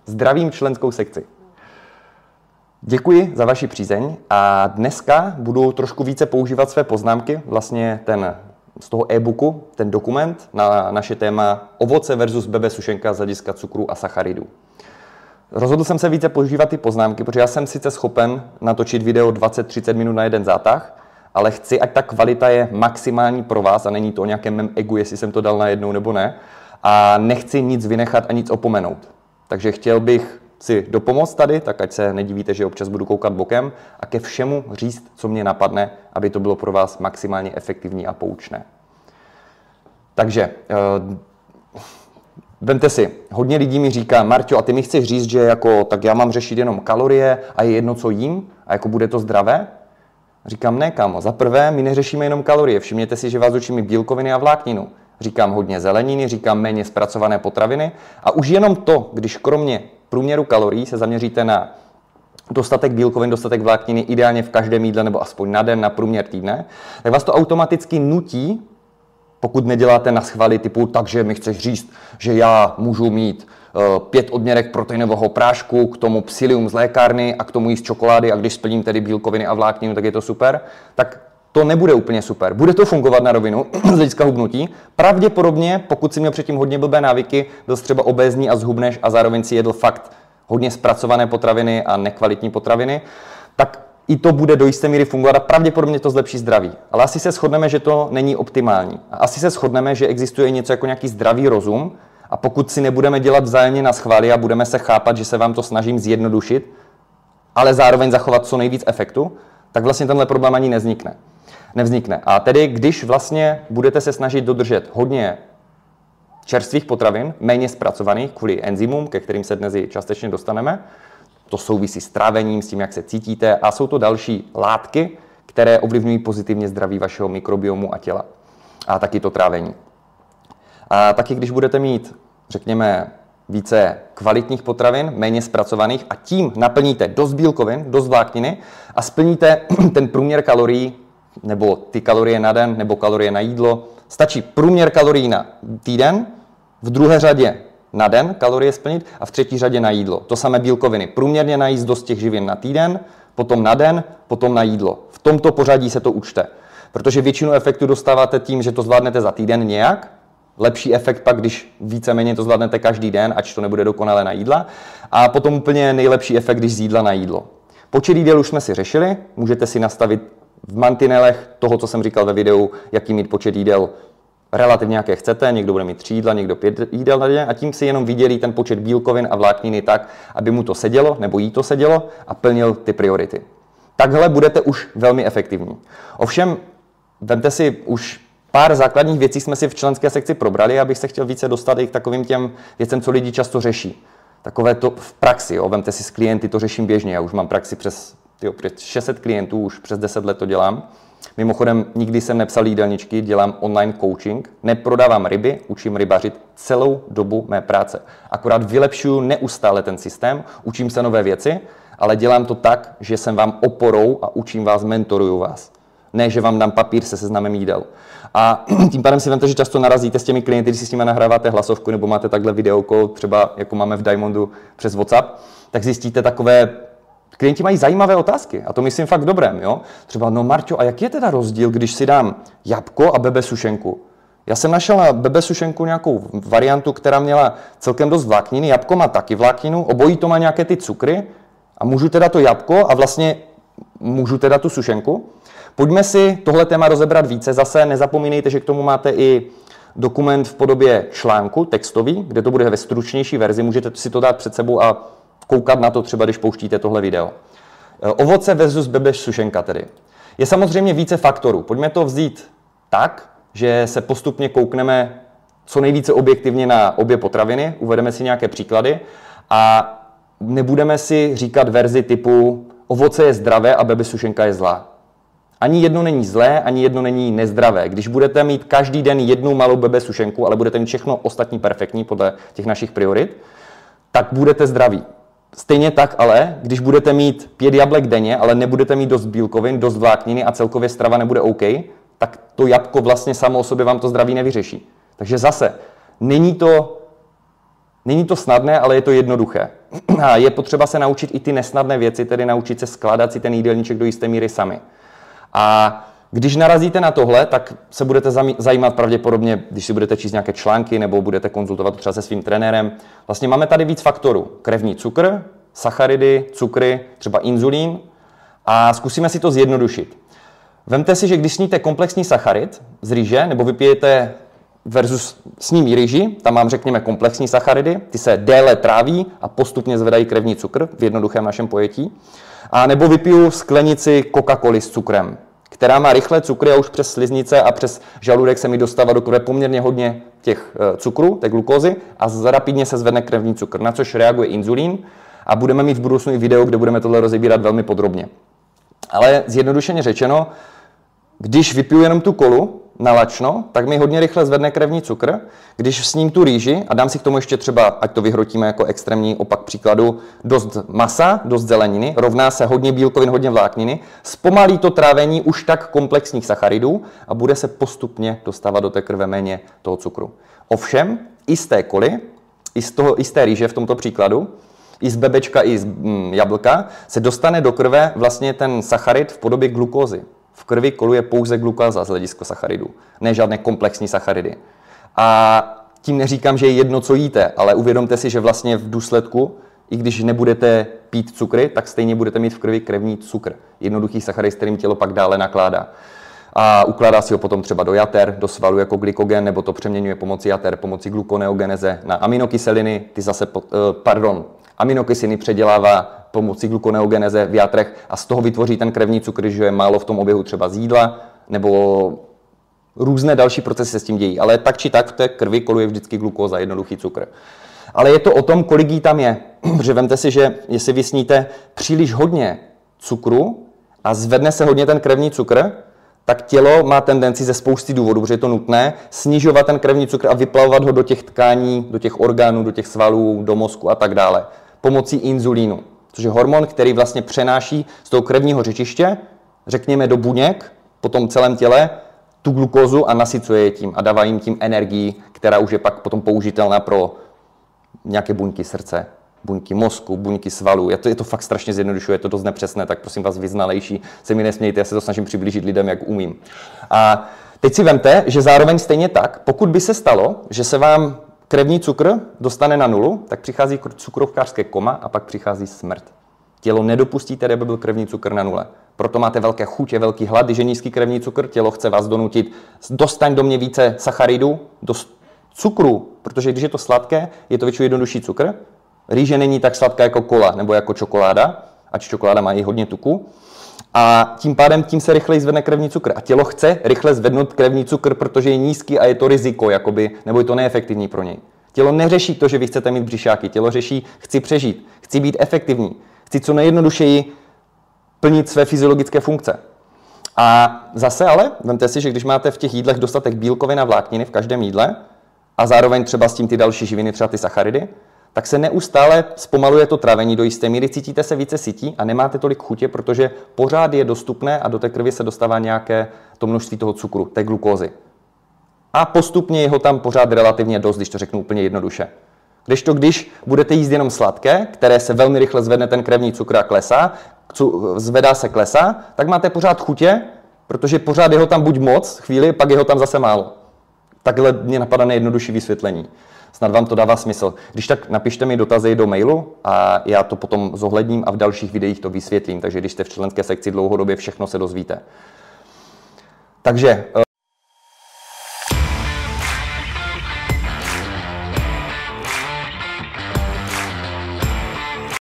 Zdravím členskou sekci. Děkuji za vaši přízeň a dneska budu trošku více používat své poznámky, vlastně z toho e-booku, ten dokument na naše téma ovoce versus bebe sušenka z hlediska cukru a sacharidů. Rozhodl jsem se více používat ty poznámky, protože já jsem sice schopen natočit video 20-30 minut na jeden zátah, ale chci, ať ta kvalita je maximální pro vás a není to o nějakém mém egu, jestli jsem to dal najednou nebo ne. A nechci nic vynechat a nic opomenout. Takže chtěl bych si dopomoct tady, tak ať se nedivíte, že občas budu koukat bokem a ke všemu říct, co mě napadne, aby to bylo pro vás maximálně efektivní a poučné. Takže vemte si, hodně lidí mi říká, Marťo, a ty mi chceš říct, že tak já mám řešit jenom kalorie a je jedno, co jím a bude to zdravé? Říkám, ne, kámo, za prvé my neřešíme jenom kalorie, všimněte si, že vás učíme bílkoviny a vlákninu. Říkám hodně zeleniny, říkám méně zpracované potraviny a už jenom to, když kromě průměru kalorií se zaměříte na dostatek bílkovin, dostatek vlákniny, ideálně v každém jídle nebo aspoň na den, na průměr týdne, tak vás to automaticky nutí, pokud neděláte na schvály typu, takže mi chceš říct, že já můžu mít 5 odměrek proteinového prášku, k tomu psyllium z lékárny a k tomu jíst čokolády a když splním tedy bílkoviny a vlákninu, tak je to super, tak to nebude úplně super. Bude to fungovat na rovinu z hlediska hubnutí. Pravděpodobně, pokud si měl předtím hodně blbé návyky, byl třeba obézní a zhubneš a zároveň si jedl fakt hodně zpracované potraviny a nekvalitní potraviny, tak i to bude do jisté míry fungovat a pravděpodobně to zlepší zdraví. Ale asi se shodneme, že to není optimální. A asi se shodneme, že existuje něco jako nějaký zdravý rozum a pokud si nebudeme dělat vzájemně na schvály a budeme se chápat, že se vám to snažím zjednodušit, ale zároveň zachovat co nejvíc efektu, tak vlastně tenhle problém ani nevznikne. A tedy, když vlastně budete se snažit dodržet hodně čerstvých potravin, méně zpracovaných kvůli enzymům, ke kterým se dnes částečně dostaneme, to souvisí s trávením, s tím, jak se cítíte a jsou to další látky, které ovlivňují pozitivně zdraví vašeho mikrobiomu a těla. A taky to trávení. A taky, když budete mít, řekněme, více kvalitních potravin, méně zpracovaných a tím naplníte dost bílkovin, dost vlákniny a splníte ten průměr kalorií nebo ty kalorie na den nebo kalorie na jídlo. Stačí průměr kalorií na týden, v druhé řadě na den kalorie splnit a v třetí řadě na jídlo. To samé bílkoviny. Průměrně najíst dost těch živin na týden, potom na den, potom na jídlo. V tomto pořadí se to učte. Protože většinu efektu dostáváte tím, že to zvládnete za týden nějak. Lepší efekt pak, když víceméně to zvládnete každý den, ač to nebude dokonale na jídla. A potom úplně nejlepší efekt, když z jídla na jídlo. Počet jídel už jsme si řešili, můžete si nastavit v mantinelech toho, co jsem říkal ve videu, jaký mít počet jídel relativně jaké chcete, někdo bude mít 3 jídla, někdo 5 jídel na den a tím si jenom vydělí ten počet bílkovin a vlákniny tak, aby mu to sedělo nebo jí to sedělo a plnil ty priority. Takhle budete už velmi efektivní. Ovšem, vemte si už pár základních věcí jsme si v členské sekci probrali, abych se chtěl více dostat i k takovým těm věcem, co lidi často řeší. Takové to v praxi, jo. Vemte si s klienty, to řeším běžně, já už mám praxi přes 600 klientů, už přes 10 let to dělám. Mimochodem, nikdy jsem nepsal jídelníčky, dělám online coaching, neprodávám ryby, učím rybařit celou dobu mé práce. Akorát vylepšuju neustále ten systém, učím se nové věci, ale dělám to tak, že jsem vám oporou a učím vás, mentoruju vás. Ne, že vám dám papír se seznamem jídel. A tím pádem si vemte, že často narazíte s těmi klienty, když si s nimi nahráváte hlasovku nebo máte takhle videoko, třeba jako máme v Diamondu přes WhatsApp, tak zjistíte takové. Klienti mají zajímavé otázky a to myslím fakt dobrém, jo? Třeba, no Marťo, a jaký je teda rozdíl, když si dám jabko a bebe sušenku? Já jsem našel na bebe sušenku nějakou variantu, která měla celkem dost vlákniny, jabko má taky vlákninu, obojí to má nějaké ty cukry a můžu teda to jabko a vlastně můžu teda tu sušenku. Pojďme si tohle téma rozebrat více, zase nezapomínejte, že k tomu máte i dokument v podobě článku textový, kde to bude ve stručnější verzi, můžete si to dát před sebou a koukat na to třeba, když pouštíte tohle video. Ovoce versus bebe sušenka tedy. Je samozřejmě více faktorů. Pojďme to vzít tak, že se postupně koukneme co nejvíce objektivně na obě potraviny, uvedeme si nějaké příklady a nebudeme si říkat verzi typu ovoce je zdravé a bebe sušenka je zlá. Ani jedno není zlé, ani jedno není nezdravé. Když budete mít každý den jednu malou bebe sušenku, ale budete mít všechno ostatní perfektní podle těch našich priorit, tak budete zdraví. Stejně tak ale, když budete mít 5 jablek denně, ale nebudete mít dost bílkovin, dost vlákniny a celkově strava nebude OK, tak to jabko vlastně samo o sobě vám to zdraví nevyřeší. Takže zase, není to Není to snadné, ale je to jednoduché. A je potřeba se naučit i ty nesnadné věci, tedy naučit se skládat si ten jídelníček do jisté míry sami. A když narazíte na tohle, tak se budete zajímat pravděpodobně, když si budete číst nějaké články nebo budete konzultovat třeba se svým trenérem. Vlastně máme tady víc faktorů. Krevní cukr, sacharidy, cukry, třeba inzulín. A zkusíme si to zjednodušit. Vemte si, že když sníte komplexní sacharid z rýže nebo vypijete versus sním rýži, tam mám řekněme komplexní sacharidy, ty se déle tráví a postupně zvedají krevní cukr v jednoduchém našem pojetí. A nebo vypiju sklenici Coca-Coly s cukrem, která má rychlé cukry a už přes sliznice a přes žaludek se mi dostává do krve poměrně hodně těch cukrů, té glukózy a rapidně se zvedne krevní cukr, na což reaguje inzulín a budeme mít v budoucnu i video, kde budeme tohle rozebírat velmi podrobně. Ale zjednodušeně řečeno, když vypiju jenom tu kolu na lačno, tak mi hodně rychle zvedne krevní cukr. Když sním tu rýži a dám si k tomu ještě třeba, ať to vyhrotíme jako extrémní opak příkladu, dost masa, dost zeleniny, rovná se hodně bílkovin, hodně vlákniny, zpomalí to trávení už tak komplexních sacharidů a bude se postupně dostávat do té krve méně toho cukru. Ovšem, i z té koly, i z té rýže v tomto příkladu, i z bebečka, i z jablka se dostane do krve vlastně ten sacharid v podobě glukózy. V krvi koluje pouze glukóza z hlediska sacharidů, ne žádné komplexní sacharidy. A tím neříkám, že je jedno, co jíte, ale uvědomte si, že vlastně v důsledku, i když nebudete pít cukry, tak stejně budete mít v krvi krevní cukr. Jednoduchý sacharid, s kterým tělo pak dále nakládá. A ukládá si ho potom třeba do jater, do svalů jako glykogen, nebo to přeměňuje pomocí jater, pomocí glukoneogeneze na aminokyseliny, aminokyseliny předělává pomocí glukoneogeneze v játrech a z toho vytvoří ten krevní cukr, že je málo v tom oběhu třeba z jídla, nebo různé další procesy se s tím dějí. Ale tak či tak v té krvi koluje vždycky glukóza, jednoduchý cukr. Ale je to o tom, kolik jí tam je. Protože vemte si, že jestli vy sníte příliš hodně cukru a zvedne se hodně ten krevní cukr, tak tělo má tendenci ze spousty důvodů, protože je to nutné, snižovat ten krevní cukr a vyplavovat ho do těch tkání, do těch orgánů, do těch svalů, do mozku a tak dále. Pomocí inzulínu, což je hormon, který vlastně přenáší z toho krevního řečiště, řekněme do buněk, po tom celém těle, tu glukózu a nasycuje je tím a dává jim tím energii, která už je pak potom použitelná pro nějaké buňky srdce, buňky mozku, buňky svalů. Je to fakt strašně zjednodušuje, je to dost nepřesné, tak prosím vás vyznalejší, se mi nesmějte, já se to snažím přiblížit lidem, jak umím. A teď si vemte, že zároveň stejně tak, pokud by se stalo, že se vám krevní cukr dostane na nulu, tak přichází cukrovkářské koma a pak přichází smrt. Tělo nedopustí tedy, aby byl krevní cukr na nule. Proto máte velké chutě, velký hlad, když je nízký krevní cukr, tělo chce vás donutit, dostaň do mě více sacharidů, do cukru, protože když je to sladké, je to většinou jednodušší cukr. Rýže není tak sladká jako kola nebo jako čokoláda, ač čokoláda má i hodně tuku. A tím pádem tím se rychleji zvedne krevní cukr. A tělo chce rychle zvednout krevní cukr, protože je nízký a je to riziko, jakoby, nebo je to neefektivní pro něj. Tělo neřeší to, že vy chcete mít břišáky. Tělo řeší, chci přežít, chci být efektivní, chci co nejjednodušeji plnit své fyziologické funkce. A zase ale, vemte si, že když máte v těch jídlech dostatek bílkovin a vlákniny v každém jídle a zároveň třeba s tím ty další živiny, třeba ty sacharidy, tak se neustále zpomaluje to trávení do jisté míry, cítíte se více sytí a nemáte tolik chutě, protože pořád je dostupné a do té krvi se dostává nějaké to množství toho cukru, té glukózy. A postupně je ho tam pořád relativně dost, když to řeknu úplně jednoduše. Když budete jíst jenom sladké, které se velmi rychle zvedne ten krevní cukr a klesá, zvedá se klesá, tak máte pořád chutě, protože pořád je ho tam buď moc, chvíli, pak je ho tam zase málo. Takhle mě napadá nejjednodušší vysvětlení. Snad vám to dává smysl. Když tak napište mi dotazy do mailu a já to potom zohledním a v dalších videích to vysvětlím. Takže když jste v členské sekci dlouhodobě, všechno se dozvíte. Takže